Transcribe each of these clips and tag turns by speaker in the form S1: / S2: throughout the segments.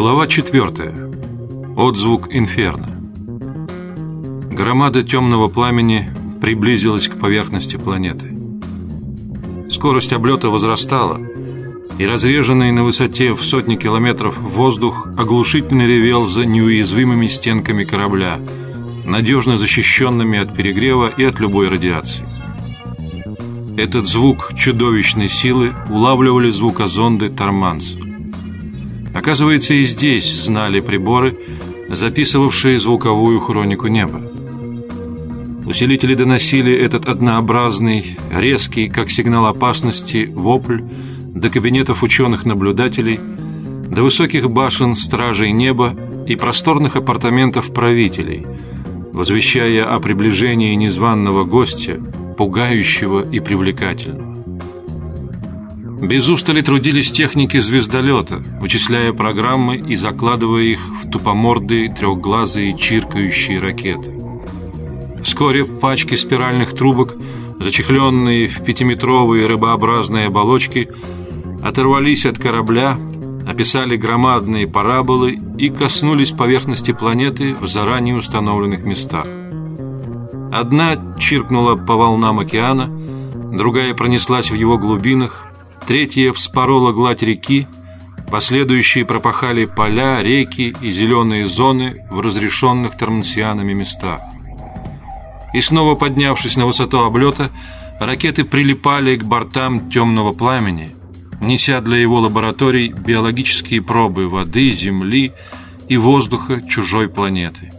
S1: Глава 4. Отзвук инферно. Громада темного пламени приблизилась к поверхности планеты. Скорость облета возрастала, и разреженный на высоте в сотни километров воздух оглушительно ревел за неуязвимыми стенками корабля, надежно защищенными от перегрева и от любой радиации. Этот звук чудовищной силы улавливали звукозонды Торманса. Оказывается, и здесь знали приборы, записывавшие звуковую хронику неба. Усилители доносили этот однообразный, резкий, как сигнал опасности, вопль до кабинетов ученых-наблюдателей, до высоких башен стражей неба и просторных апартаментов правителей, возвещая о приближении незваного гостя, пугающего и привлекательного. Без устали трудились техники звездолета, вычисляя программы и закладывая их в тупомордые, трехглазые, чиркающие ракеты. Вскоре пачки спиральных трубок, зачехленные в 5-метровые рыбообразные оболочки, оторвались от корабля, описали громадные параболы и коснулись поверхности планеты в заранее установленных местах. Одна чиркнула по волнам океана, другая пронеслась в его глубинах, третья вспорола гладь реки, последующие пропахали поля, реки и зеленые зоны в разрешенных тормансианами местах. И снова поднявшись на высоту облета, ракеты прилипали к бортам темного пламени, неся для его лабораторий биологические пробы воды, земли и воздуха чужой планеты.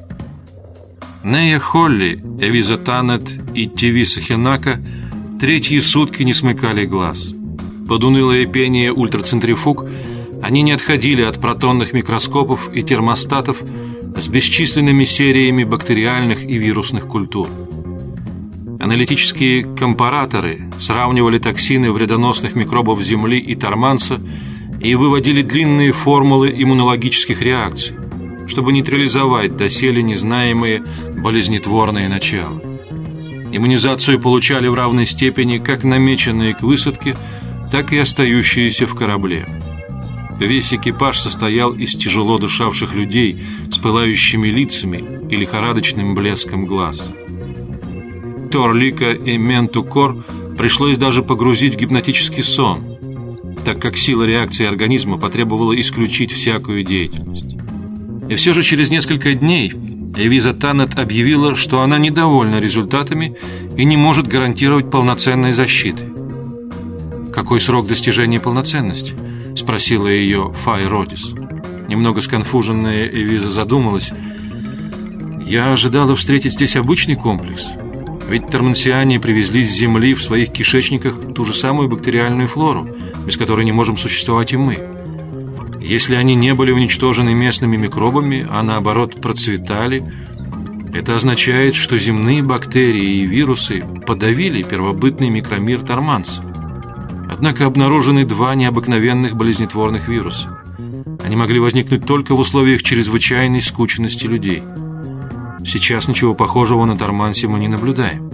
S1: Нея Холли, Эвиза Таннет и Тевиса Хинака третьи сутки не смыкали глаз. Под унылое пение ультрацентрифуг они не отходили от протонных микроскопов и термостатов с бесчисленными сериями бактериальных и вирусных культур. Аналитические компараторы сравнивали токсины вредоносных микробов Земли и Торманса и выводили длинные формулы иммунологических реакций, чтобы нейтрализовать доселе незнаемые болезнетворные начала. Иммунизацию получали в равной степени как намеченные к высадке, так и остающиеся в корабле. Весь экипаж состоял из тяжело дышавших людей с пылающими лицами и лихорадочным блеском глаз. Торлика и Ментукор пришлось даже погрузить в гипнотический сон, так как сила реакции организма потребовала исключить всякую деятельность. И все же через несколько дней Эвиза Таннет объявила, что она недовольна результатами и не может гарантировать полноценной защиты. «Какой срок достижения полноценности?» — спросила ее Фай Родис. Немного сконфуженная Эвиза задумалась. «Я ожидала встретить здесь обычный комплекс, ведь тормансиане привезли с Земли в своих кишечниках ту же самую бактериальную флору, без которой не можем существовать и мы. Если они не были уничтожены местными микробами, а наоборот процветали, это означает, что земные бактерии и вирусы подавили первобытный микромир Торманса. Однако обнаружены два необыкновенных болезнетворных вируса. Они могли возникнуть только в условиях чрезвычайной скученности людей. Сейчас ничего похожего на Тормансе мы не наблюдаем.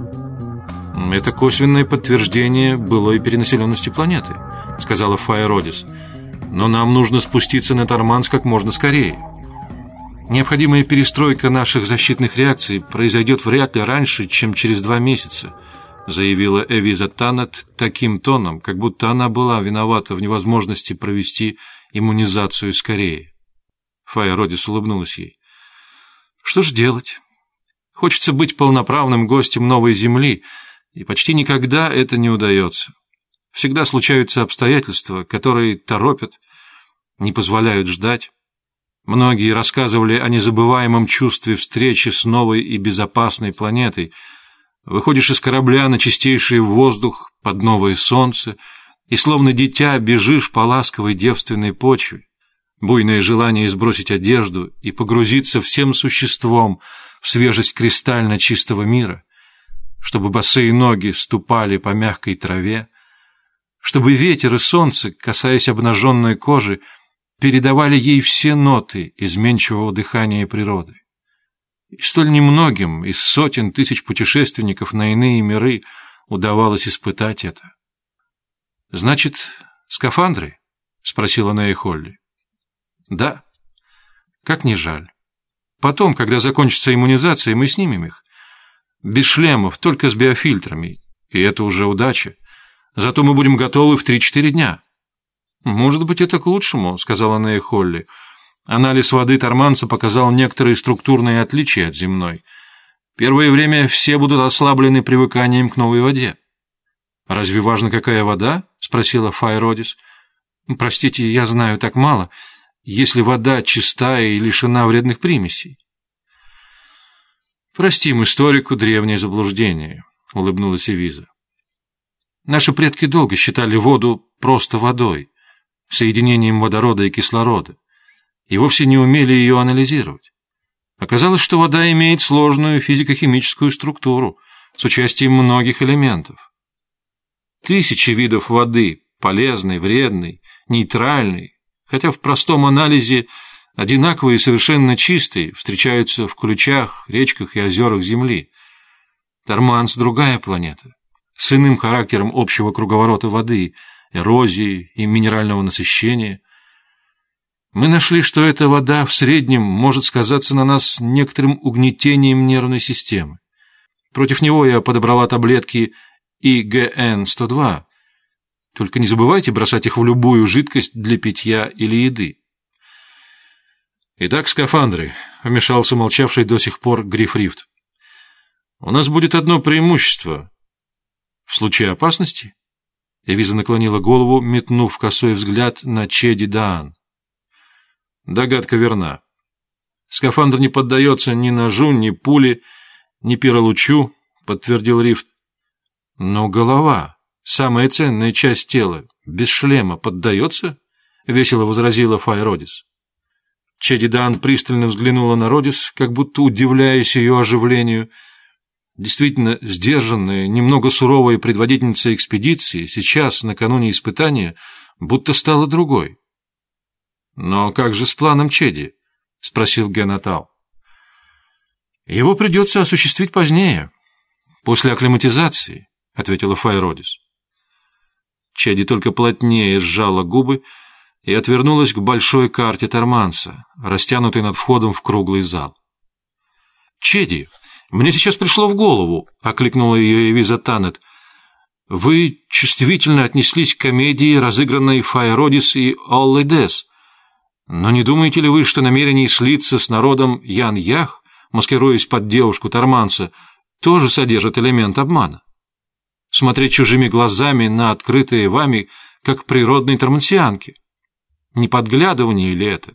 S1: Это косвенное подтверждение былой перенаселенности планеты, сказала Фай Родис. Но нам нужно спуститься на Торманс как можно скорее. Необходимая перестройка наших защитных реакций произойдет вряд ли раньше, чем через 2 месяца, заявила Эвиза Таннет таким тоном, как будто она была виновата в невозможности провести иммунизацию скорее. Фай Родис улыбнулась ей. Что ж делать? Хочется быть полноправным гостем новой Земли, и почти никогда это не удается. Всегда случаются обстоятельства, которые торопят, не позволяют ждать. Многие рассказывали о незабываемом чувстве встречи с новой и безопасной планетой. Выходишь из корабля на чистейший воздух, под новое солнце, и словно дитя бежишь по ласковой девственной почве. Буйное желание сбросить одежду и погрузиться всем существом в свежесть кристально чистого мира, чтобы босые ноги ступали по мягкой траве, чтобы ветер и солнце, касаясь обнаженной кожи, передавали ей все ноты изменчивого дыхания природы. И столь немногим из сотен тысяч путешественников на иные миры удавалось испытать это. «Значит, скафандры?» — спросила Нея Холли. Да. Как не жаль. Потом, когда закончится иммунизация, мы снимем их. Без шлемов, только с биофильтрами. И это уже удача. Зато мы будем готовы в 3-4 дня. Может быть, это к лучшему, сказала Нея Холли. Анализ воды Торманца показал некоторые структурные отличия от земной. Первое время все будут ослаблены привыканием к новой воде. «Разве важно, какая вода?» — спросила Файродис. «Простите, я знаю так мало, если вода чистая и лишена вредных примесей». «Простим историку древнее заблуждение», — улыбнулась Эвиза. «Наши предки долго считали воду просто водой, соединением водорода и кислорода, и вовсе не умели ее анализировать. Оказалось, что вода имеет сложную физико-химическую структуру с участием многих элементов. Тысячи видов воды, полезной, вредной, нейтральной, хотя в простом анализе одинаковые и совершенно чистые, встречаются в ключах, речках и озерах Земли. Торманц — другая планета, с иным характером общего круговорота воды, эрозии и минерального насыщения. Мы нашли, что эта вода в среднем может сказаться на нас некоторым угнетением нервной системы. Против него я подобрала таблетки ИГН-102. Только не забывайте бросать их в любую жидкость для питья или еды. «Итак, скафандры», — вмешался молчавший до сих пор Грифрифт. «У нас будет одно преимущество. В случае опасности?» Эвиза наклонила голову, метнув косой взгляд на Чеди Даан. Догадка верна. Скафандр не поддается ни ножу, ни пуле, ни пиролучу, подтвердил Рифт. Но голова, самая ценная часть тела, без шлема поддается? Весело возразила Файродис. Чеди Даан пристально взглянула на Родис, как будто удивляясь ее оживлению. Действительно, сдержанная, немного суровая предводительница экспедиции сейчас, накануне испытания, будто стала другой. «Но как же с планом Чеди?» — спросил Генатал. «Его придется осуществить позднее, после акклиматизации», — ответила Файродис. Чеди только плотнее сжала губы и отвернулась к большой карте Торманца, растянутой над входом в круглый зал. «Чеди, мне сейчас пришло в голову», — окликнула ее Эвиза Танет. «Вы чувствительно отнеслись к комедии, разыгранной Файродис и Оллы Дес. Но не думаете ли вы, что намерение слиться с народом Ян-Ях, маскируясь под девушку Торманца, тоже содержит элемент обмана? Смотреть чужими глазами на открытые вами, как природной тормансианке. Не подглядывание ли это?»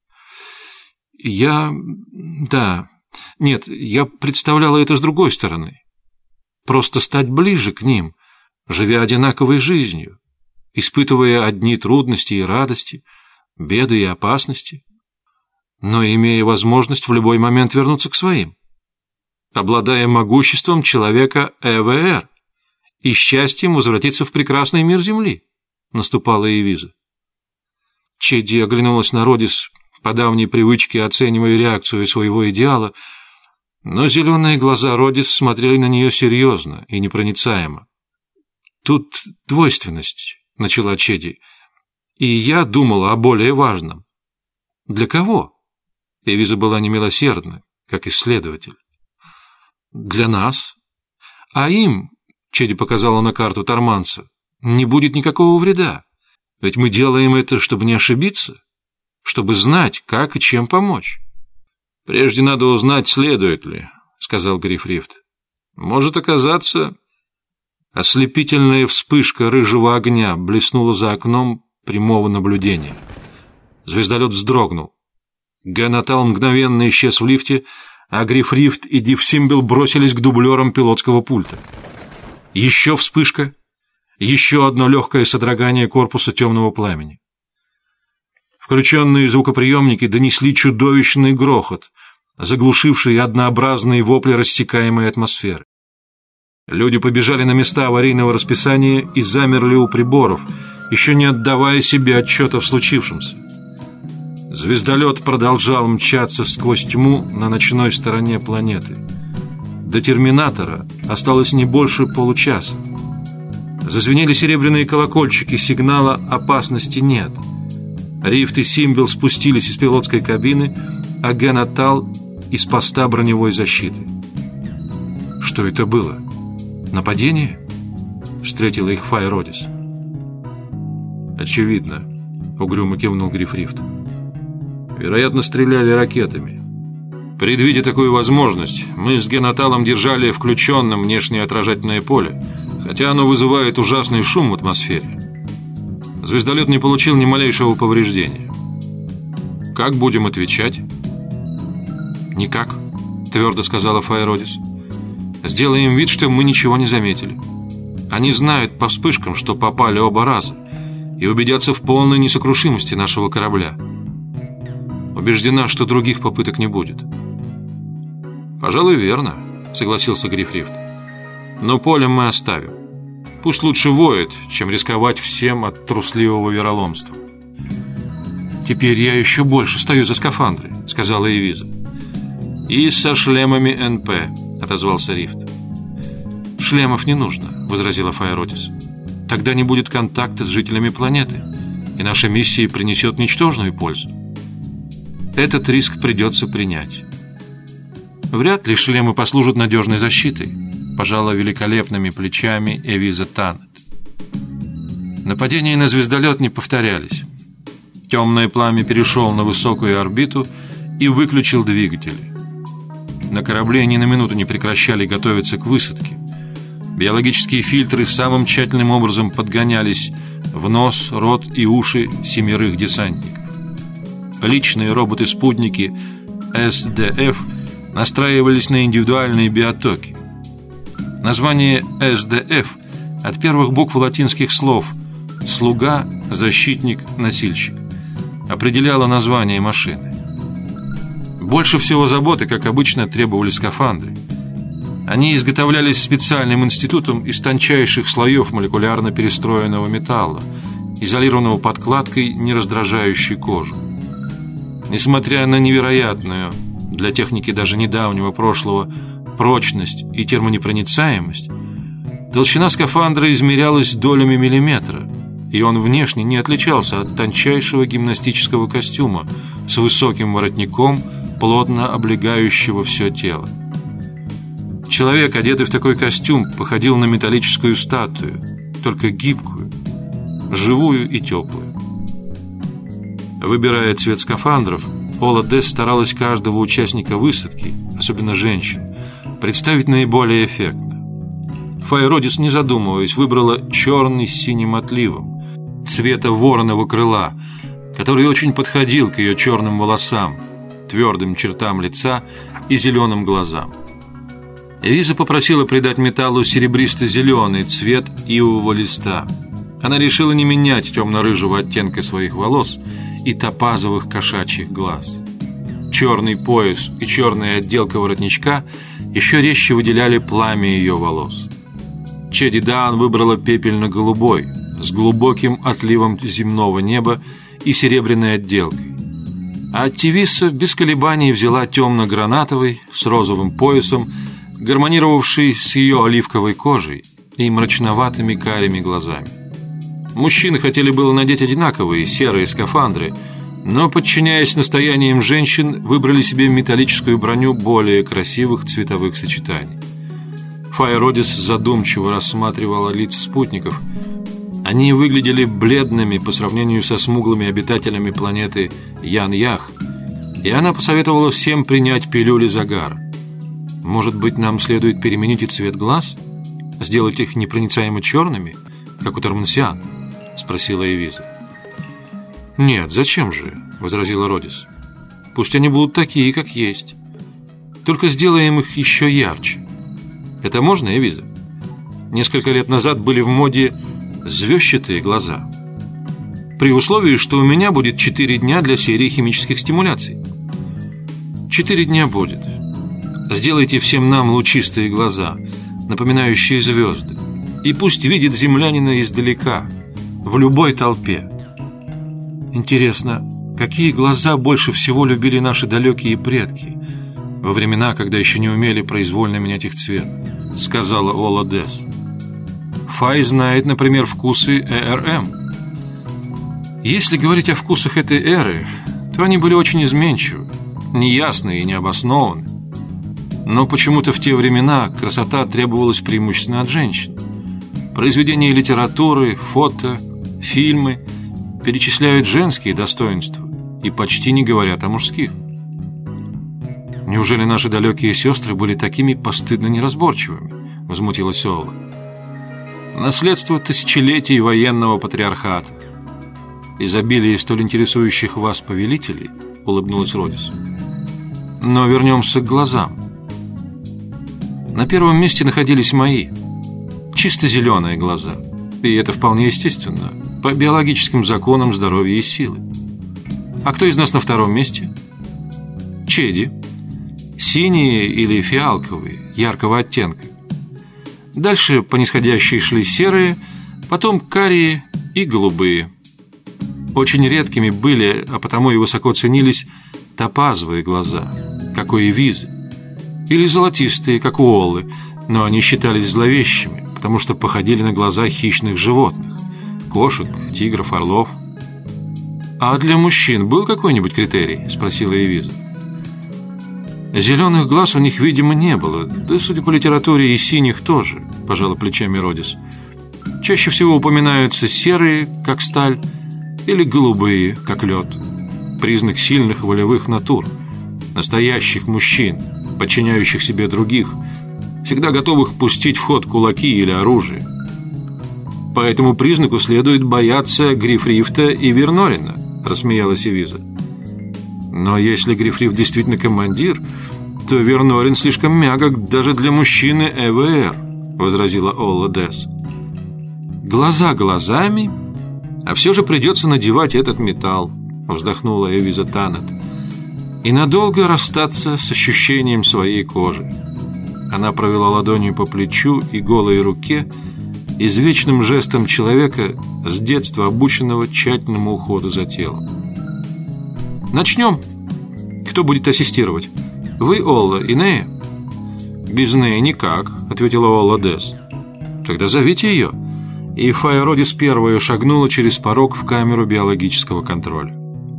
S1: Нет, я представляла это с другой стороны. Просто стать ближе к ним, живя одинаковой жизнью, испытывая одни трудности и радости, беды и опасности, но имея возможность в любой момент вернуться к своим, обладая могуществом человека ЭВР и счастьем возвратиться в прекрасный мир Земли, наступала Эвиза. Чеди оглянулась на Родис, по давней привычке оценивая реакцию своего идеала, но зеленые глаза Родис смотрели на нее серьезно и непроницаемо. «Тут двойственность», — начала Чеди, — «и я думала о более важном». «Для кого?» Эвиза была немилосердна, как исследователь. «Для нас. А им, — Чеди показала на карту Торманца, — не будет никакого вреда. Ведь мы делаем это, чтобы не ошибиться, чтобы знать, как и чем помочь». «Прежде надо узнать, следует ли», — сказал Грифрифт. «Может оказаться...» Ослепительная вспышка рыжего огня блеснула за окном прямого наблюдения. Звездолет вздрогнул. Генатал мгновенно исчез в лифте, а Грифрифт и Дивсимбел бросились к дублерам пилотского пульта. Еще вспышка, еще одно легкое содрогание корпуса темного пламени. Включенные звукоприемники донесли чудовищный грохот, заглушивший однообразные вопли рассекаемой атмосферы. Люди побежали на места аварийного расписания и замерли у приборов, еще не отдавая себе отчета в случившемся. Звездолет продолжал мчаться сквозь тьму на ночной стороне планеты. До терминатора осталось не больше получаса. Зазвенели серебряные колокольчики, сигнала опасности нет. Рифт и Симбел спустились из пилотской кабины, а Генатал — из поста броневой защиты. Что это было? Нападение? Встретила их Файродис. Очевидно, угрюмо кивнул Гриф Рифт. Вероятно, стреляли ракетами. Предвидя такую возможность, мы с Генаталом держали включенным внешнее отражательное поле, хотя оно вызывает ужасный шум в атмосфере. Звездолет не получил ни малейшего повреждения. Как будем отвечать? Никак, твердо сказала Файродис. Сделаем вид, что мы ничего не заметили. Они знают по вспышкам, что попали оба раза, и убедятся в полной несокрушимости нашего корабля. Убеждена, что других попыток не будет. Пожалуй, верно, согласился Гриф Рифт. Но поле мы оставим. Пусть лучше воет, чем рисковать всем от трусливого вероломства. Теперь я еще больше стою за скафандры, сказала Эвиза. И со шлемами НП, отозвался Рифт. Шлемов не нужно, возразила Файродис. Тогда не будет контакта с жителями планеты, и наша миссия принесет ничтожную пользу. Этот риск придется принять. Вряд ли шлемы послужат надежной защитой, пожала великолепными плечами Эвиза Таннет. Нападения на звездолет не повторялись. Темное пламя перешел на высокую орбиту и выключил двигатели. На корабле ни на минуту не прекращали готовиться к высадке. Биологические фильтры самым тщательным образом подгонялись в нос, рот и уши 7 десантников. Личные роботы-спутники СДФ настраивались на индивидуальные биотоки. Название СДФ от первых букв латинских слов «слуга», «защитник», «носильщик» определяло название машины. Больше всего заботы, как обычно, требовали скафандры. Они изготовлялись специальным институтом из тончайших слоев молекулярно перестроенного металла, изолированного подкладкой, не раздражающей кожу. Несмотря на невероятную, для техники даже недавнего прошлого, прочность и термонепроницаемость, толщина скафандра измерялась долями миллиметра, и он внешне не отличался от тончайшего гимнастического костюма с высоким воротником, плотно облегающего все тело. Человек, одетый в такой костюм, походил на металлическую статую, только гибкую, живую и теплую. Выбирая цвет скафандров, Ола Десс старалась каждого участника высадки, особенно женщин, представить наиболее эффектно. Файродис, не задумываясь, выбрала черный с синим отливом, цвета вороного крыла, который очень подходил к ее черным волосам, твердым чертам лица и зеленым глазам. Эвиза попросила придать металлу серебристо-зеленый цвет ивового листа. Она решила не менять темно-рыжего оттенка своих волос и топазовых кошачьих глаз. Черный пояс и черная отделка воротничка еще резче выделяли пламя ее волос. Чеди Даан выбрала пепельно-голубой, с глубоким отливом земного неба и серебряной отделкой. А Тивиса без колебаний взяла темно-гранатовый, с розовым поясом, гармонировавший с ее оливковой кожей и мрачноватыми карими глазами. Мужчины хотели было надеть одинаковые серые скафандры, но, подчиняясь настояниям женщин, выбрали себе металлическую броню более красивых цветовых сочетаний. Файродис задумчиво рассматривала лица спутников. Они выглядели бледными по сравнению со смуглыми обитателями планеты Ян-Ях, и она посоветовала всем принять пилюли загара. Может быть, нам следует переменить и цвет глаз? Сделать их непроницаемо черными, как у Тормансиан? Спросила Эвиза. Нет, зачем же? Возразила Родис. Пусть они будут такие, как есть. Только сделаем их еще ярче. Это можно, Эвиза? Несколько лет назад были в моде звездчатые глаза. При условии, что у меня будет 4 дня для серии химических стимуляций. 4 дня будет. Сделайте всем нам лучистые глаза, напоминающие звезды, и пусть видит землянина издалека, в любой толпе. Интересно, какие глаза больше всего любили наши далекие предки во времена, когда еще не умели произвольно менять их цвет, сказала Ола Десс. Фай знает, например, вкусы ЭРМ. Если говорить о вкусах этой эры, то они были очень изменчивы, неясны и необоснованы. Но почему-то в те времена красота требовалась преимущественно от женщин. Произведения литературы, фото, фильмы перечисляют женские достоинства и почти не говорят о мужских. «Неужели наши далекие сестры были такими постыдно неразборчивыми?» — возмутилась Олла. «Наследство тысячелетий военного патриархата. Изобилие столь интересующих вас повелителей», — улыбнулась Родис. «Но вернемся к глазам. На первом месте находились мои, чисто зеленые глаза, и это вполне естественно, по биологическим законам здоровья и силы. А кто из нас на втором месте? Чеди. Синие или фиалковые, яркого оттенка. Дальше по нисходящей шли серые, потом карие и голубые. Очень редкими были, а потому и высоко ценились, топазовые глаза, как у Эвизы, или золотистые, как у Оллы, но они считались зловещими, потому что походили на глаза хищных животных – кошек, тигров, орлов. «А для мужчин был какой-нибудь критерий?» – спросила Эвиза. «Зеленых глаз у них, видимо, не было, да, судя по литературе, и синих тоже», – пожала плечами Родис. «Чаще всего упоминаются серые, как сталь, или голубые, как лед. Признак сильных волевых натур, настоящих мужчин, подчиняющих себе других, всегда готовых пустить в ход кулаки или оружие. По этому признаку следует бояться Грифрифта и Вернорина», – рассмеялась Эвиза. «Но если Грифрифт действительно командир, то Вернорин слишком мягок даже для мужчины ЭВР», – возразила Олла Десс. «Глаза глазами, а все же придется надевать этот металл», – вздохнула Эвиза Таннет, «и надолго расстаться с ощущением своей кожи». Она провела ладонью по плечу и голой руке, извечным жестом человека, с детства обученного тщательному уходу за телом. «Начнем. Кто будет ассистировать? Вы, Олла, и Нея?» «Без Неи никак», — ответила Олла Десс. «Тогда зовите ее». И Фая Родис первая шагнула через порог в камеру биологического контроля.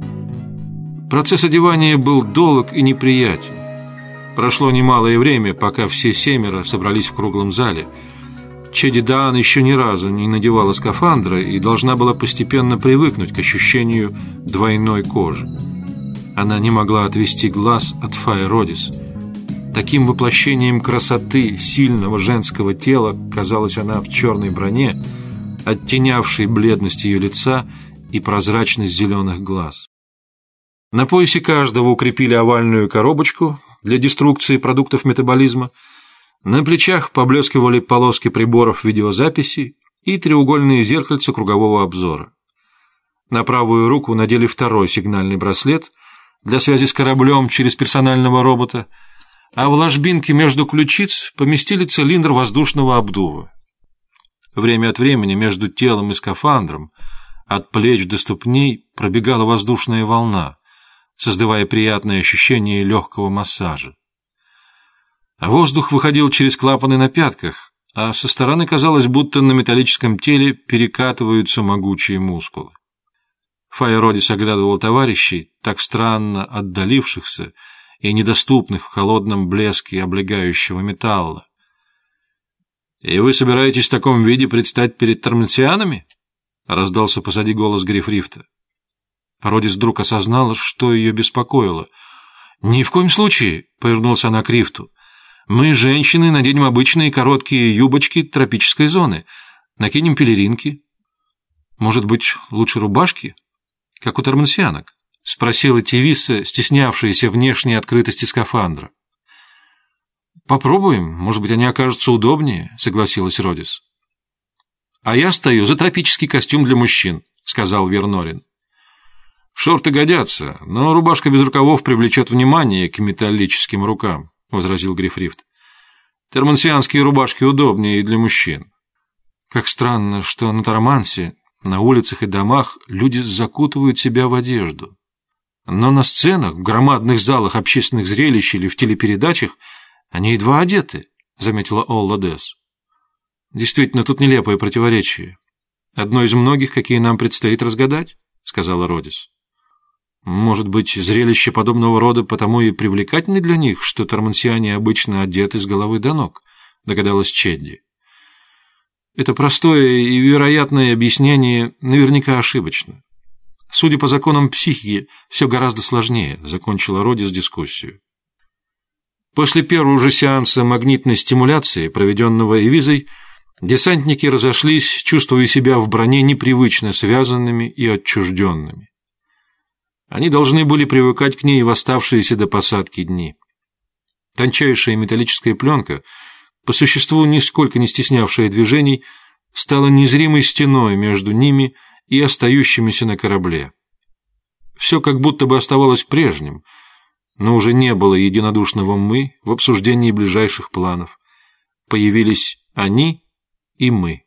S1: Процесс одевания был долг и неприятен. Прошло немалое время, пока все семеро собрались в круглом зале. Чеди Даан еще ни разу не надевала скафандра и должна была постепенно привыкнуть к ощущению двойной кожи. Она не могла отвести глаз от Фаи Родис. Таким воплощением красоты сильного женского тела казалась она в черной броне, оттенявшей бледность ее лица и прозрачность зеленых глаз. На поясе каждого укрепили овальную коробочку для деструкции продуктов метаболизма, на плечах поблескивали полоски приборов видеозаписи и треугольные зеркальца кругового обзора. На правую руку надели второй сигнальный браслет для связи с кораблем через персонального робота, а в ложбинке между ключиц поместили цилиндр воздушного обдува. Время от времени между телом и скафандром от плеч до ступней пробегала воздушная волна, создавая приятное ощущение легкого массажа. Воздух выходил через клапаны на пятках, а со стороны казалось, будто на металлическом теле перекатываются могучие мускулы. Фая Родис оглядывал товарищей, так странно отдалившихся и недоступных в холодном блеске облегающего металла. «И вы собираетесь в таком виде предстать перед тормансианами?» — раздался позади голос Грифрифта. Родис вдруг осознала, что ее беспокоило. «Ни в коем случае!» — повернулся она к Рифту. «Мы, женщины, наденем обычные короткие юбочки тропической зоны, накинем пелеринки. Может быть, лучше рубашки, как у тормансианок?» — спросила Тевиса, стеснявшаяся внешней открытости скафандра. «Попробуем, может быть, они окажутся удобнее», — согласилась Родис. «А я стою за тропический костюм для мужчин», — сказал Вернорин. «Шорты годятся, но рубашка без рукавов привлечет внимание к металлическим рукам», — возразил Грифрифт. «Термансианские рубашки удобнее и для мужчин». Как странно, что на Тормансе, на улицах и домах люди закутывают себя в одежду. Но на сценах, в громадных залах общественных зрелищ или в телепередачах они едва одеты, — заметила Олла Десс. Действительно, тут нелепое противоречие. Одно из многих, какие нам предстоит разгадать, — сказала Родис. «Может быть, зрелище подобного рода потому и привлекательны для них, что тормансиане обычно одеты с головы до ног», — догадалась Чедди. «Это простое и вероятное объяснение наверняка ошибочно. Судя по законам психики, все гораздо сложнее», — закончила Родис дискуссию. После первого же сеанса магнитной стимуляции, проведенного Эвизой, десантники разошлись, чувствуя себя в броне непривычно связанными и отчужденными. Они должны были привыкать к ней в оставшиеся до посадки дни. Тончайшая металлическая пленка, по существу нисколько не стеснявшая движений, стала незримой стеной между ними и остающимися на корабле. Все как будто бы оставалось прежним, но уже не было единодушного «мы» в обсуждении ближайших планов. Появились они и мы.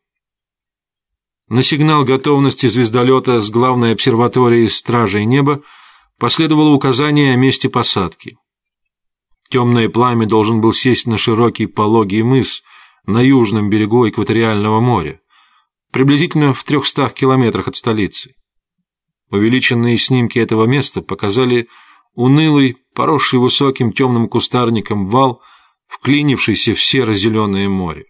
S1: На сигнал готовности звездолета с главной обсерватории Стражей Неба последовало указание о месте посадки. Темное пламя должен был сесть на широкий пологий мыс на южном берегу экваториального моря, приблизительно в 300 километрах от столицы. Увеличенные снимки этого места показали унылый, поросший высоким темным кустарником вал, вклинившийся в серо-зеленое море.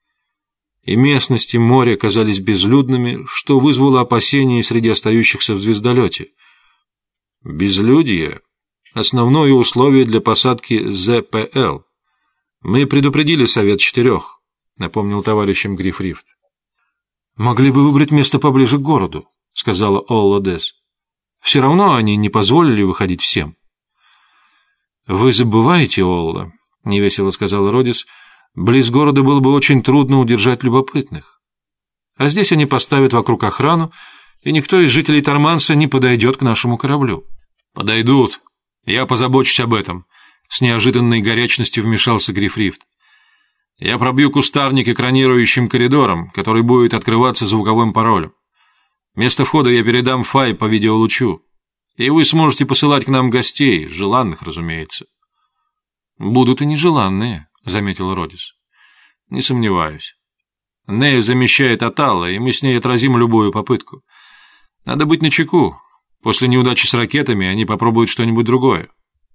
S1: И местности моря казались безлюдными, что вызвало опасения среди остающихся в звездолете. Безлюдье — основное условие для посадки ЗПЛ. Мы предупредили Совет Четырех, — напомнил товарищам Грифрифт. «Могли бы выбрать место поближе к городу», — сказала Олла Десс. «Все равно они не позволили выходить всем». «Вы забываете, Олла», — невесело сказала Родис, — «близ города было бы очень трудно удержать любопытных. А здесь они поставят вокруг охрану, и никто из жителей Торманса не подойдет к нашему кораблю». «Подойдут. Я позабочусь об этом», — с неожиданной горячностью вмешался Грифрифт. «Я пробью кустарник экранирующим коридором, который будет открываться звуковым паролем. Место входа я передам Фай по видеолучу, и вы сможете посылать к нам гостей, желанных, разумеется». «Будут и нежеланные», — заметил Родис. «Не сомневаюсь. Нея замещает Аталла, и мы с ней отразим любую попытку. Надо быть начеку. После неудачи с ракетами они попробуют что-нибудь другое.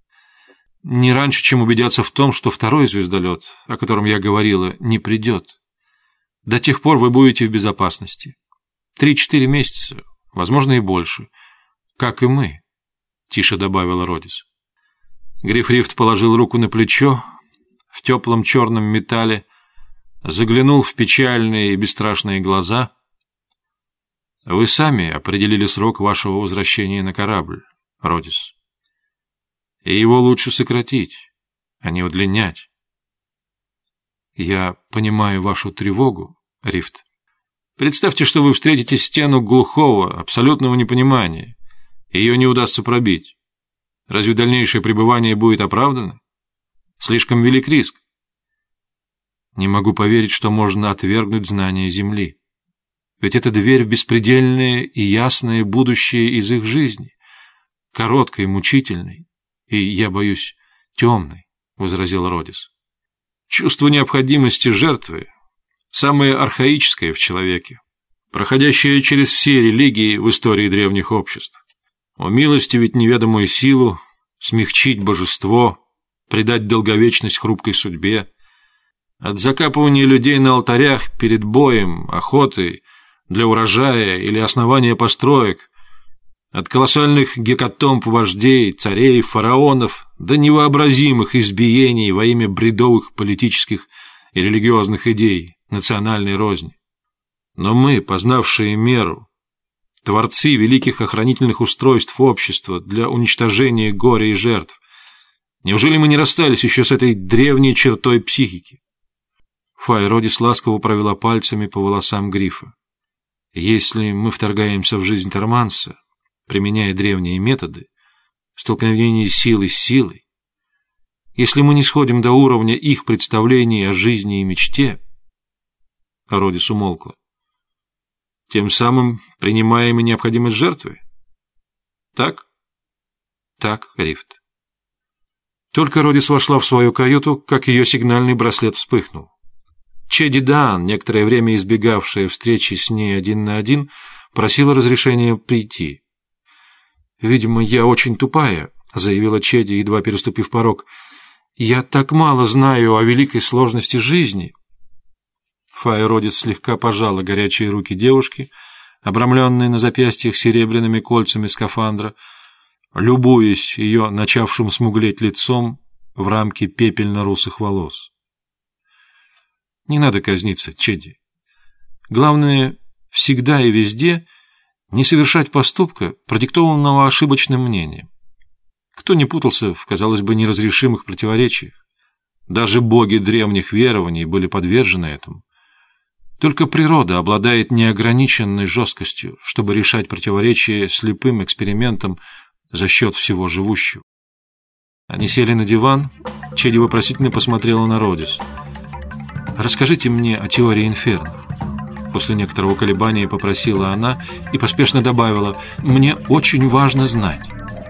S1: Не раньше, чем убедятся в том, что второй звездолет, о котором я говорила, не придет. До тех пор вы будете в безопасности. 3-4 месяца, возможно, и больше. Как и мы», — тише добавила Родис. Грифрифт положил руку на плечо, в теплом черном металле, заглянул в печальные и бесстрашные глаза. «Вы сами определили срок вашего возвращения на корабль, Родис. И его лучше сократить, а не удлинять». «Я понимаю вашу тревогу, Рифт. Представьте, что вы встретите стену глухого, абсолютного непонимания. Ее не удастся пробить. Разве дальнейшее пребывание будет оправдано? Слишком велик риск. Не могу поверить, что можно отвергнуть знания Земли. Ведь это дверь в беспредельное и ясное будущее из их жизни, короткой, мучительной и, я боюсь, темной, — возразил Родис. Чувство необходимости жертвы — самое архаическое в человеке, проходящее через все религии в истории древних обществ. Умилостивить неведомую силу, смягчить божество, придать долговечность хрупкой судьбе. От закапывания людей на алтарях перед боем, охотой, для урожая или основания построек, от колоссальных гекатомб вождей, царей, фараонов до невообразимых избиений во имя бредовых политических и религиозных идей, национальной розни. Но мы, познавшие меру, творцы великих охранительных устройств общества для уничтожения горя и жертв, неужели мы не расстались еще с этой древней чертой психики? Фай Родис ласково провела пальцами по волосам Грифа. Если мы вторгаемся в жизнь Торманса, применяя древние методы, столкновение силы с силой, если мы не сходим до уровня их представлений о жизни и мечте, Родис умолкла, тем самым принимаем и необходимость жертвы? Так? Так, Рифт. Только Родис вошла в свою каюту, как ее сигнальный браслет вспыхнул. Чеди Даан, некоторое время избегавшая встречи с ней один на один, просила разрешения прийти. «Видимо, я очень тупая», — заявила Чеди, едва переступив порог. «Я так мало знаю о великой сложности жизни». Фая Родис слегка пожала горячие руки девушки, обрамленные на запястьях серебряными кольцами скафандра, любуясь ее начавшим смуглеть лицом в рамке пепельно-русых волос. «Не надо казниться, Чеди. Главное, всегда и везде не совершать поступка, продиктованного ошибочным мнением. Кто не путался в, казалось бы, неразрешимых противоречиях? Даже боги древних верований были подвержены этому. Только природа обладает неограниченной жесткостью, чтобы решать противоречия слепым экспериментом за счет всего живущего». Они сели на диван. Чеди вопросительно посмотрела на Родис. «Расскажите мне о теории инферно». После некоторого колебания попросила она и поспешно добавила: «Мне очень важно знать».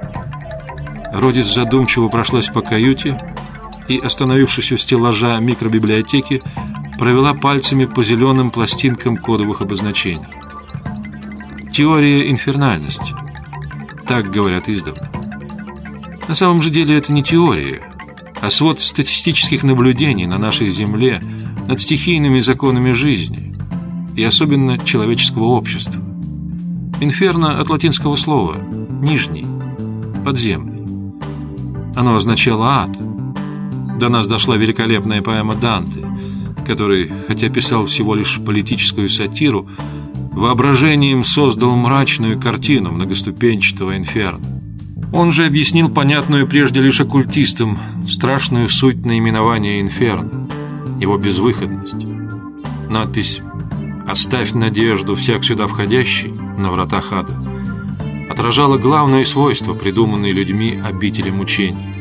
S1: Родис задумчиво прошлась по каюте и, остановившись у стеллажа микробиблиотеки, провела пальцами по зеленым пластинкам кодовых обозначений. «Теория инфернальности». Так говорят издавна. На самом же деле это не теория, а свод статистических наблюдений на нашей Земле над стихийными законами жизни и особенно человеческого общества. Инферно от латинского слова «нижний», «подземный». Оно означало «ад». До нас дошла великолепная поэма Данте, который, хотя писал всего лишь политическую сатиру, воображением создал мрачную картину многоступенчатого инферно. Он же объяснил понятную прежде лишь оккультистам страшную суть наименования инферно, его безвыходность. Надпись «Оставь надежду всяк сюда входящий» на вратах ада отражала главное свойство придуманной людьми обители мучений.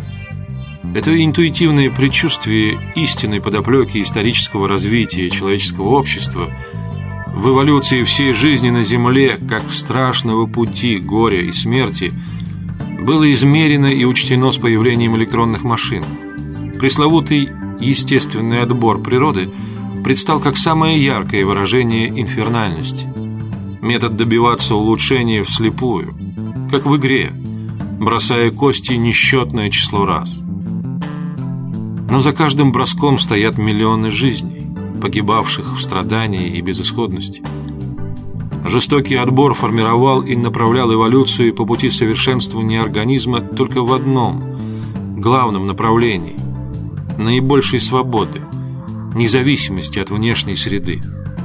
S1: Это интуитивное предчувствие истинной подоплеки исторического развития человеческого общества в эволюции всей жизни на Земле, как страшного пути горя и смерти, было измерено и учтено с появлением электронных машин. Пресловутый естественный отбор природы предстал как самое яркое выражение инфернальности. Метод добиваться улучшения вслепую, как в игре, бросая кости несчетное число раз. Но за каждым броском стоят миллионы жизней, погибавших в страдании и безысходности. Жестокий отбор формировал и направлял эволюцию по пути совершенствования организма только в одном, главном направлении – наибольшей свободы, независимости от внешней среды.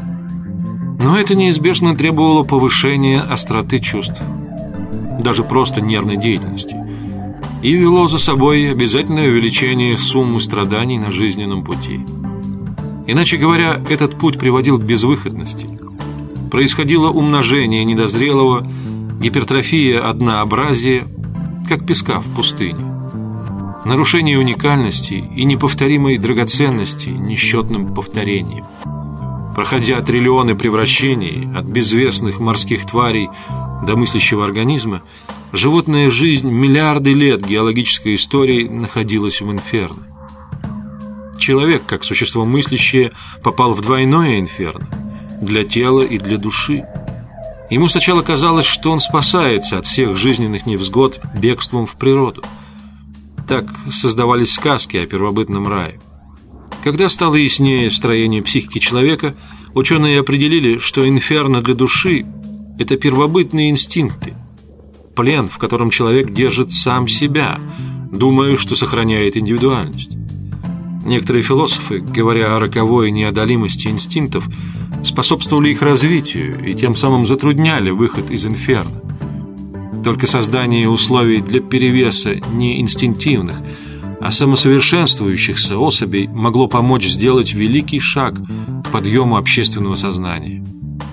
S1: Но это неизбежно требовало повышения остроты чувств, даже просто нервной деятельности, и вело за собой обязательное увеличение суммы страданий на жизненном пути. Иначе говоря, этот путь приводил к безвыходности. Происходило умножение недозрелого, гипертрофия однообразия, как песка в пустыне, нарушение уникальности и неповторимой драгоценности несчетным повторением. Проходя триллионы превращений от безвестных морских тварей до мыслящего организма, животная жизнь миллиарды лет геологической истории находилась в инферно. Человек, как существо мыслящее, попал в двойное инферно – для тела и для души. Ему сначала казалось, что он спасается от всех жизненных невзгод бегством в природу. Так создавались сказки о первобытном рае. Когда стало яснее строение психики человека, ученые определили, что инферно для души – это первобытные инстинкты, плен, в котором человек держит сам себя, думая, что сохраняет индивидуальность. Некоторые философы, говоря о роковой неодолимости инстинктов, способствовали их развитию и тем самым затрудняли выход из инферно. Только создание условий для перевеса не инстинктивных, а самосовершенствующихся особей могло помочь сделать великий шаг к подъему общественного сознания.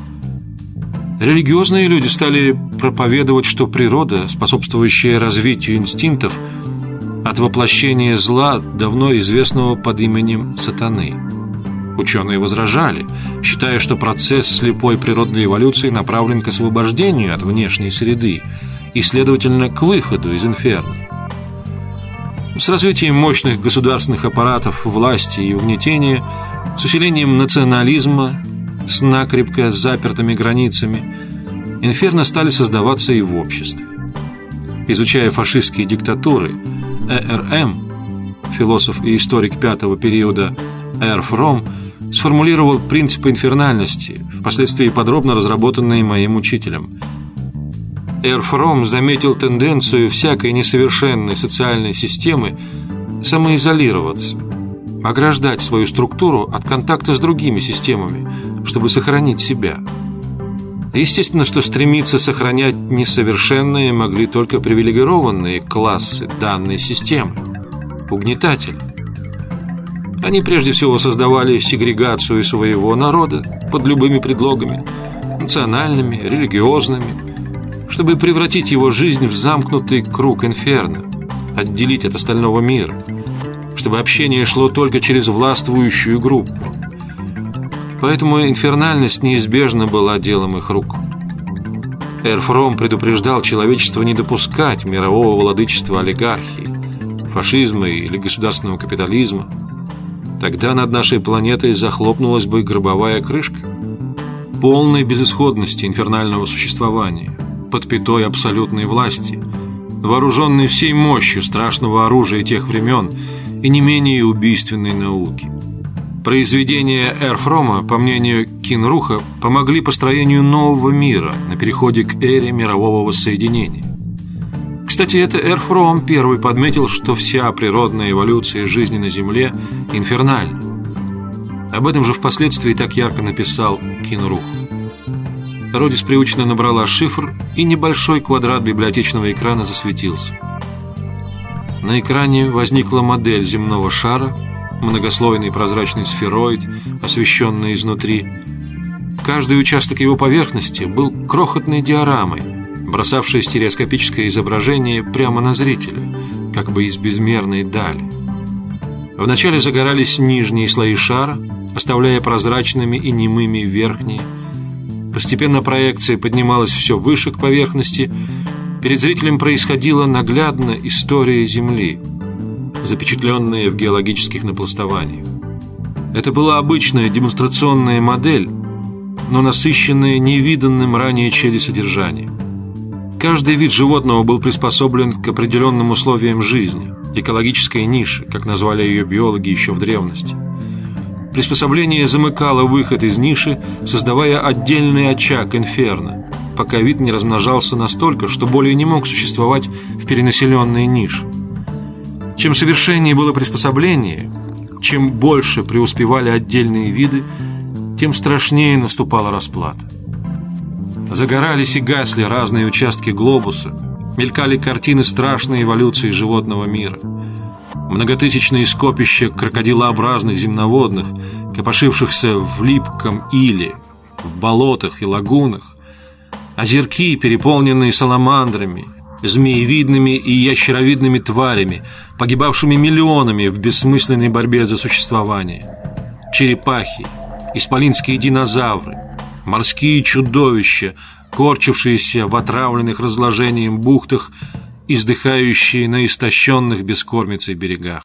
S1: Религиозные люди стали проповедовать, что природа, способствующая развитию инстинктов, от воплощения зла, давно известного под именем сатаны. Ученые возражали, считая, что процесс слепой природной эволюции направлен к освобождению от внешней среды и, следовательно, к выходу из инферно. С развитием мощных государственных аппаратов власти и угнетения, с усилением национализма, с накрепко запертыми границами, инферно стали создаваться и в обществе. изучая фашистские диктатуры, философ и историк пятого периода Р. Фромм, сформулировал принципы инфернальности, впоследствии подробно разработанные моим учителем. Р. Фромм заметил тенденцию всякой несовершенной социальной системы самоизолироваться, ограждать свою структуру от контакта с другими системами, чтобы сохранить себя. Естественно, что стремиться сохранять несовершенные могли только привилегированные классы данной системы, угнетатели. Они прежде всего создавали сегрегацию своего народа под любыми предлогами, национальными, религиозными, чтобы превратить его жизнь в замкнутый круг инферно, отделить от остального мира, чтобы общение шло только через властвующую группу. Поэтому инфернальность неизбежно была делом их рук. Р. Фромм предупреждал человечество не допускать мирового владычества олигархии, фашизма или государственного капитализма. Тогда над нашей планетой захлопнулась бы гробовая крышка полной безысходности инфернального существования, под пятой абсолютной власти, вооруженной всей мощью страшного оружия тех времен и не менее убийственной науки. Произведения Р. Фромма, по мнению Кинруха, помогли построению нового мира на переходе к эре мирового воссоединения. Кстати, это Р. Фромм первый подметил, что вся природная эволюция жизни на Земле инфернальна. Об этом же впоследствии так ярко написал Кинрух. Родис привычно набрала шифр, и небольшой квадрат библиотечного экрана засветился. На экране возникла модель земного шара, многослойный прозрачный сфероид, освещенный изнутри. Каждый участок его поверхности был крохотной диорамой, бросавшей стереоскопическое изображение прямо на зрителя, как бы из безмерной дали. Вначале загорались нижние слои шара, оставляя прозрачными и немыми верхние. Постепенно проекция поднималась все выше к поверхности. Перед зрителем происходила наглядно история Земли, запечатленная в геологических напластованиях. Это была обычная демонстрационная модель, но насыщенная невиданным ранее череди содержанием. Каждый вид животного был приспособлен к определенным условиям жизни, экологической нише, как назвали ее биологи еще в древности. Приспособление замыкало выход из ниши, создавая отдельный очаг инферно, пока вид не размножался настолько, что более не мог существовать в перенаселенной нише. Чем совершеннее было приспособление, чем больше преуспевали отдельные виды, тем страшнее наступала расплата. Загорались и гасли разные участки глобуса, мелькали картины страшной эволюции животного мира. Многотысячные скопища крокодилообразных земноводных, копошившихся в липком иле, в болотах и лагунах, озерки, переполненные саламандрами, змеевидными и ящеровидными тварями, погибавшими миллионами в бессмысленной борьбе за существование, черепахи, исполинские динозавры, морские чудовища, корчившиеся в отравленных разложением бухтах, издыхающие на истощенных бескормицей берегах.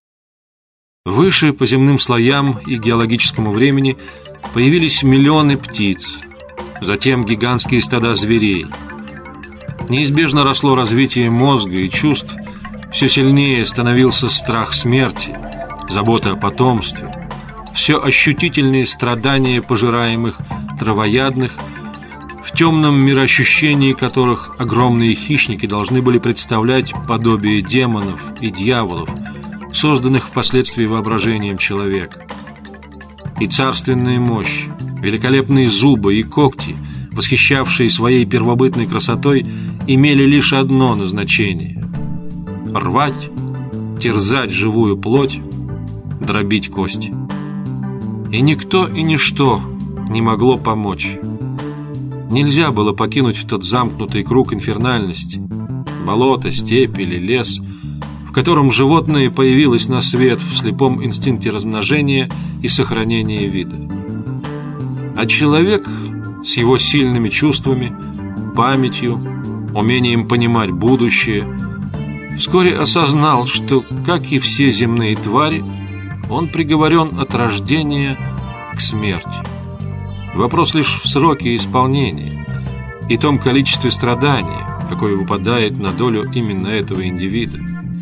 S1: Выше по земным слоям и геологическому времени появились миллионы птиц, затем гигантские стада зверей. Неизбежно росло развитие мозга и чувств, все сильнее становился страх смерти, забота о потомстве, все ощутительнее страдания пожираемых травоядных, в темном мироощущении которых огромные хищники должны были представлять подобие демонов и дьяволов, созданных впоследствии воображением человека. И царственная мощь, великолепные зубы и когти, восхищавшие своей первобытной красотой, имели лишь одно назначение – рвать, терзать живую плоть, дробить кости. И никто и ничто не могло помочь. Нельзя было покинуть тот замкнутый круг инфернальности, болото, степь или лес, в котором животное появилось на свет в слепом инстинкте размножения и сохранения вида. А человек с его сильными чувствами, памятью, умением понимать будущее, вскоре осознал, что, как и все земные твари, он приговорен от рождения к смерти. Вопрос лишь в сроке исполнения и том количестве страдания, какое выпадает на долю именно этого индивида.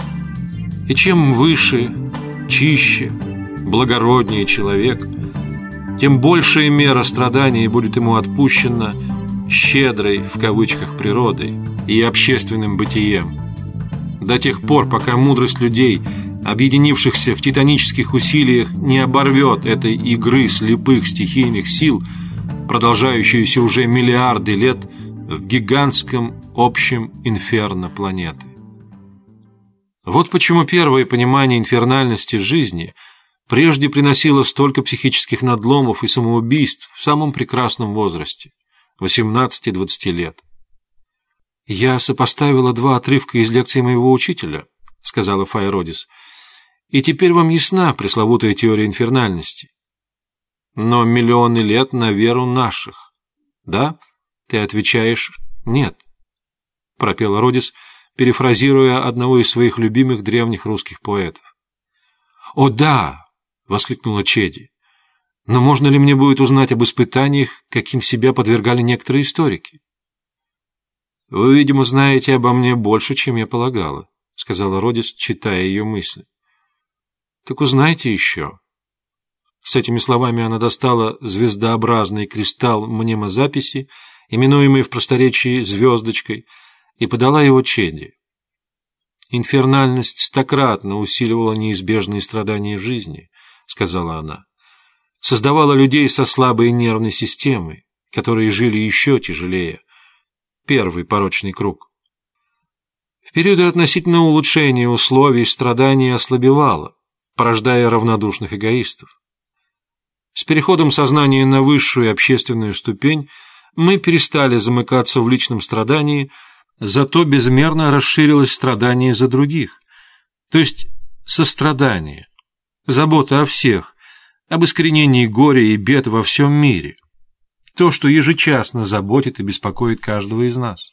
S1: И чем выше, чище, благороднее человек, тем большая мера страданий будет ему отпущена «щедрой» в кавычках природой и общественным бытием. До тех пор, пока мудрость людей, объединившихся в титанических усилиях, не оборвет этой игры слепых стихийных сил, продолжающуюся уже миллиарды лет в гигантском общем инферно планеты. Вот почему первое понимание инфернальности жизни прежде приносило столько психических надломов и самоубийств в самом прекрасном возрасте – 18-20 лет. «Я сопоставила 2 отрывка из лекции моего учителя», – сказала Фая Родис, – «и теперь вам ясна пресловутая теория инфернальности. Но миллионы лет на веру наших. Да?» Ты отвечаешь «нет», – пропела Родис, перефразируя одного из своих любимых древних русских поэтов. «О, да!» – воскликнула Чеди. «Но можно ли мне будет узнать об испытаниях, каким себя подвергали некоторые историки?» «Вы, видимо, знаете обо мне больше, чем я полагала», – сказала Родис, читая ее мысли. «Так узнайте еще». С этими словами она достала звездообразный кристалл мнемозаписи, именуемый в просторечии звездочкой, и подала его Чеди. «Инфернальность стократно усиливала неизбежные страдания в жизни», — сказала она. «Создавала людей со слабой нервной системой, которые жили еще тяжелее. Первый порочный круг. В периоды относительного улучшения условий страдания ослабевало, порождая равнодушных эгоистов. С переходом сознания на высшую общественную ступень мы перестали замыкаться в личном страдании, зато безмерно расширилось страдание за других, то есть сострадание, забота о всех, об искоренении горя и бед во всем мире, то, что ежечасно заботит и беспокоит каждого из нас.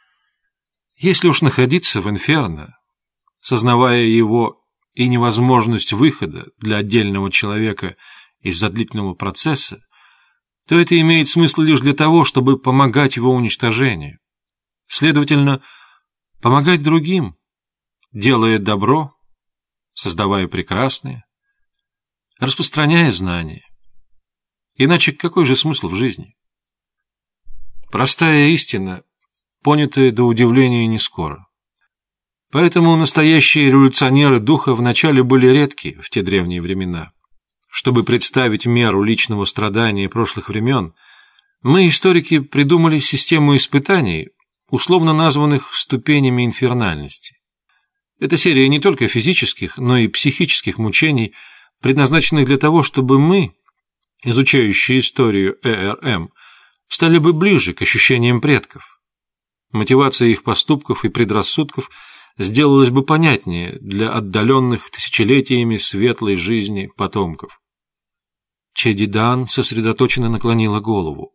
S1: Если уж находиться в инферно, сознавая его и невозможность выхода для отдельного человека из-за длительного процесса, то это имеет смысл лишь для того, чтобы помогать его уничтожению. Следовательно, помогать другим, делая добро, создавая прекрасное, распространяя знания. Иначе какой же смысл в жизни? Простая истина, понятая до удивления не скоро. Поэтому настоящие революционеры духа вначале были редки в те древние времена. Чтобы представить меру личного страдания прошлых времен, мы, историки, придумали систему испытаний, условно названных ступенями инфернальности. Это серия не только физических, но и психических мучений, предназначенных для того, чтобы мы, изучающие историю ЭРМ, стали бы ближе к ощущениям предков. Мотивация их поступков и предрассудков сделалась бы понятнее для отдаленных тысячелетиями светлой жизни потомков. Чеди Дан сосредоточенно наклонила голову.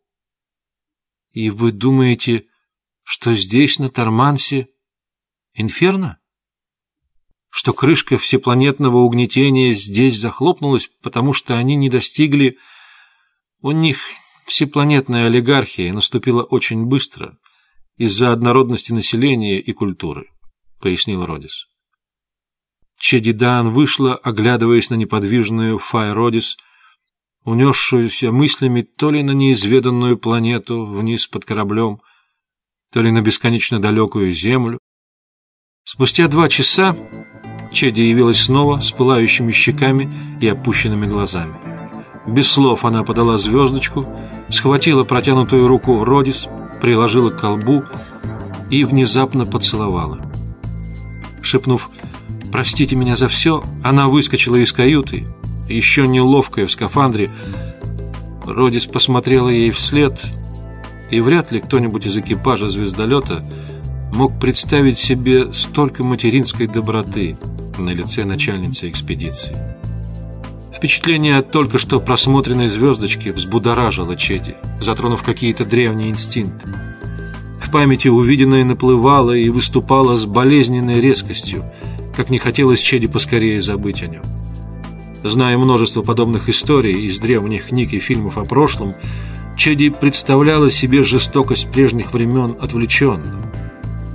S1: «И вы думаете, что здесь, на Тормансе, инферно? Что крышка всепланетного угнетения здесь захлопнулась, потому что они не достигли... У них всепланетная олигархия наступила очень быстро из-за однородности населения и культуры», — пояснил Родис. Чеди Дан вышла, оглядываясь на неподвижную Фай Родис, унесшуюся мыслями то ли на неизведанную планету вниз под кораблем, то ли на бесконечно далекую Землю. Спустя 2 часа Чеди явилась снова с пылающими щеками и опущенными глазами. Без слов она подала звездочку, схватила протянутую руку Родис, приложила к колбу и внезапно поцеловала. Шепнув «Простите меня за все», она выскочила из каюты. Еще неловкая в скафандре, Родис посмотрела ей вслед, и вряд ли кто-нибудь из экипажа звездолета мог представить себе столько материнской доброты на лице начальницы экспедиции. Впечатление от только что просмотренной звездочки взбудоражило Чеди, затронув какие-то древние инстинкты. В памяти увиденное наплывало и выступало с болезненной резкостью, как не хотелось Чеди поскорее забыть о нем. Зная множество подобных историй из древних книг и фильмов о прошлом, Чеди представляла себе жестокость прежних времен отвлеченно.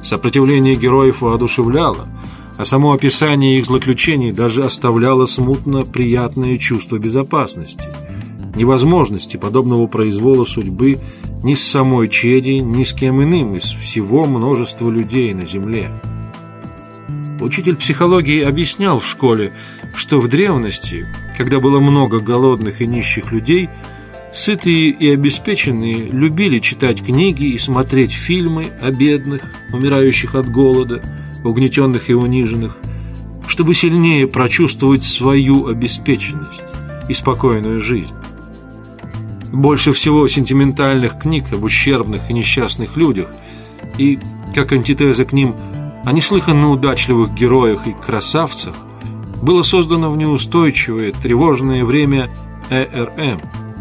S1: Сопротивление героев воодушевляло, а само описание их злоключений даже оставляло смутно приятное чувство безопасности, невозможности подобного произвола судьбы ни с самой Чеди, ни с кем иным из всего множества людей на земле. Учитель психологии объяснял в школе, что в древности, когда было много голодных и нищих людей, сытые и обеспеченные любили читать книги и смотреть фильмы о бедных, умирающих от голода, угнетенных и униженных, чтобы сильнее прочувствовать свою обеспеченность и спокойную жизнь. Больше всего сентиментальных книг об ущербных и несчастных людях и, как антитеза к ним, о неслыханно удачливых героях и красавцах было создано в неустойчивое, тревожное время ЭРМ.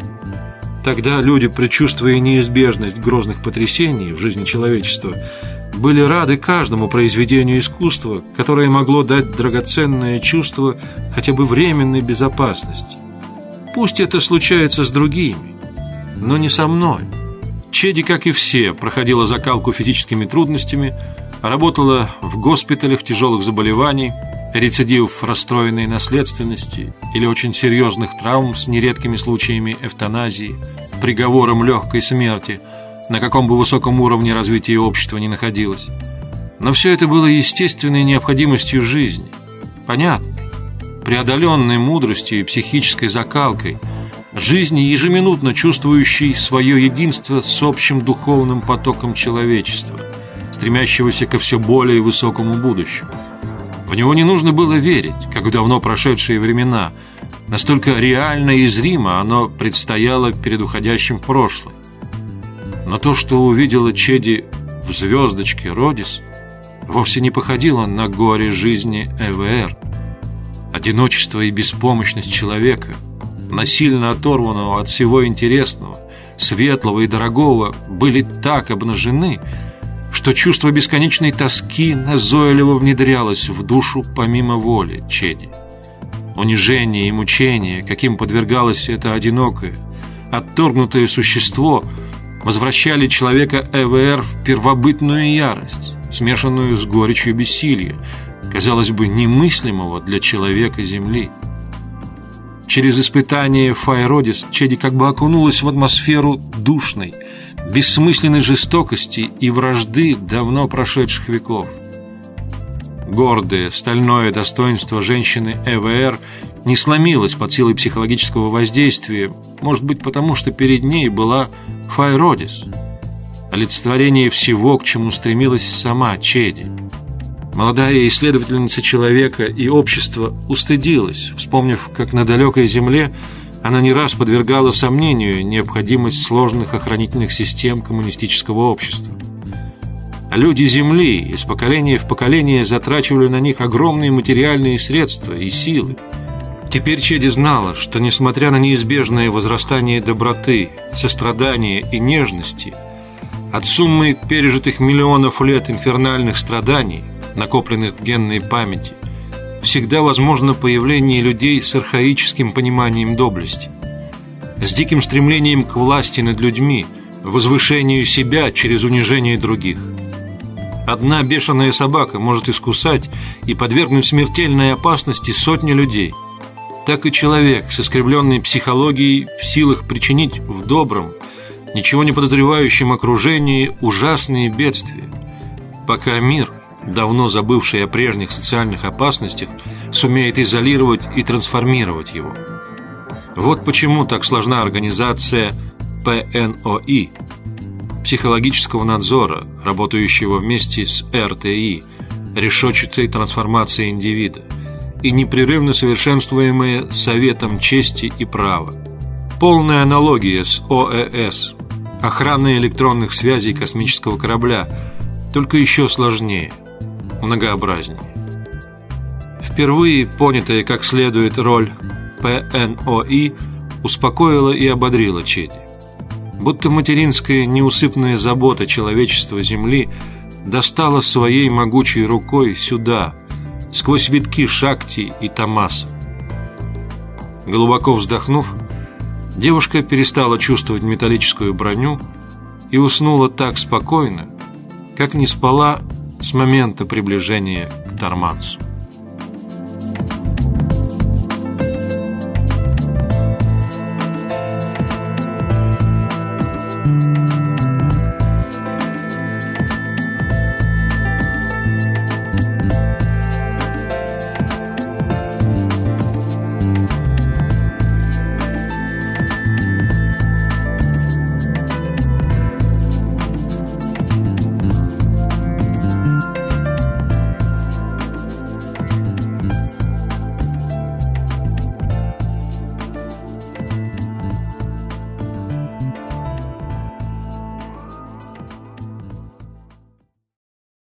S1: Тогда люди, предчувствуя неизбежность грозных потрясений в жизни человечества, были рады каждому произведению искусства, которое могло дать драгоценное чувство хотя бы временной безопасности. Пусть это случается с другими, но не со мной. Чеди, как и все, проходила закалку физическими трудностями, работала в госпиталях тяжелых заболеваний, рецидивов расстроенной наследственности или очень серьезных травм с нередкими случаями эвтаназии, приговором легкой смерти, на каком бы высоком уровне развития общества ни находилось. Но все это было естественной необходимостью жизни, понятной, преодоленной мудростью и психической закалкой, жизни, ежеминутно чувствующей свое единство с общим духовным потоком человечества, стремящегося ко все более высокому будущему. В него не нужно было верить, как в давно прошедшие времена, настолько реально и зримо оно предстояло перед уходящим прошлым. Но то, что увидела Чеди в звездочке Родис, вовсе не походило на горе жизни ЭВР. Одиночество и беспомощность человека, насильно оторванного от всего интересного, светлого и дорогого, были так обнажены, что чувство бесконечной тоски назойливо внедрялось в душу помимо воли Чеди. Унижение и мучение, каким подвергалось это одинокое, отторгнутое существо, возвращали человека ЭВР в первобытную ярость, смешанную с горечью бессилия, казалось бы, немыслимого для человека Земли. Через испытание Файродис Чеди как бы окунулась в атмосферу душной, бессмысленной жестокости и вражды давно прошедших веков. Гордое, стальное достоинство женщины ЭВР не сломилось под силой психологического воздействия, может быть, потому что перед ней была Файродис, олицетворение всего, к чему стремилась сама Чеди. Молодая исследовательница человека и общества устыдилась, вспомнив, как на далекой земле она не раз подвергала сомнению необходимость сложных охранительных систем коммунистического общества. А люди Земли из поколения в поколение затрачивали на них огромные материальные средства и силы. Теперь Чеди знала, что, несмотря на неизбежное возрастание доброты, сострадания и нежности, от суммы пережитых миллионов лет инфернальных страданий, накопленных в генной памяти, всегда возможно появление людей с архаическим пониманием доблести, с диким стремлением к власти над людьми, возвышению себя через унижение других. Одна бешеная собака может искусать и подвергнуть смертельной опасности сотни людей. Так и человек с искривленной психологией в силах причинить в добром, ничего не подозревающем окружении ужасные бедствия, пока мир, давно забывший о прежних социальных опасностях, сумеет изолировать и трансформировать его. Вот почему так сложна организация ПНОИ, психологического надзора, работающего вместе с РТИ, решетчатой трансформацией индивида, и непрерывно совершенствуемая Советом чести и права. Полная аналогия с ОЭС, охраной электронных связей космического корабля, только еще сложнее, многообразнее. Впервые понятая как следует роль ПНОИ успокоила и ободрила Чеди. Будто материнская неусыпная забота человечества Земли достала своей могучей рукой сюда, сквозь витки Шакти и Тамаса. Глубоко вздохнув, девушка перестала чувствовать металлическую броню и уснула так спокойно, как не спала с момента приближения к Тормансу.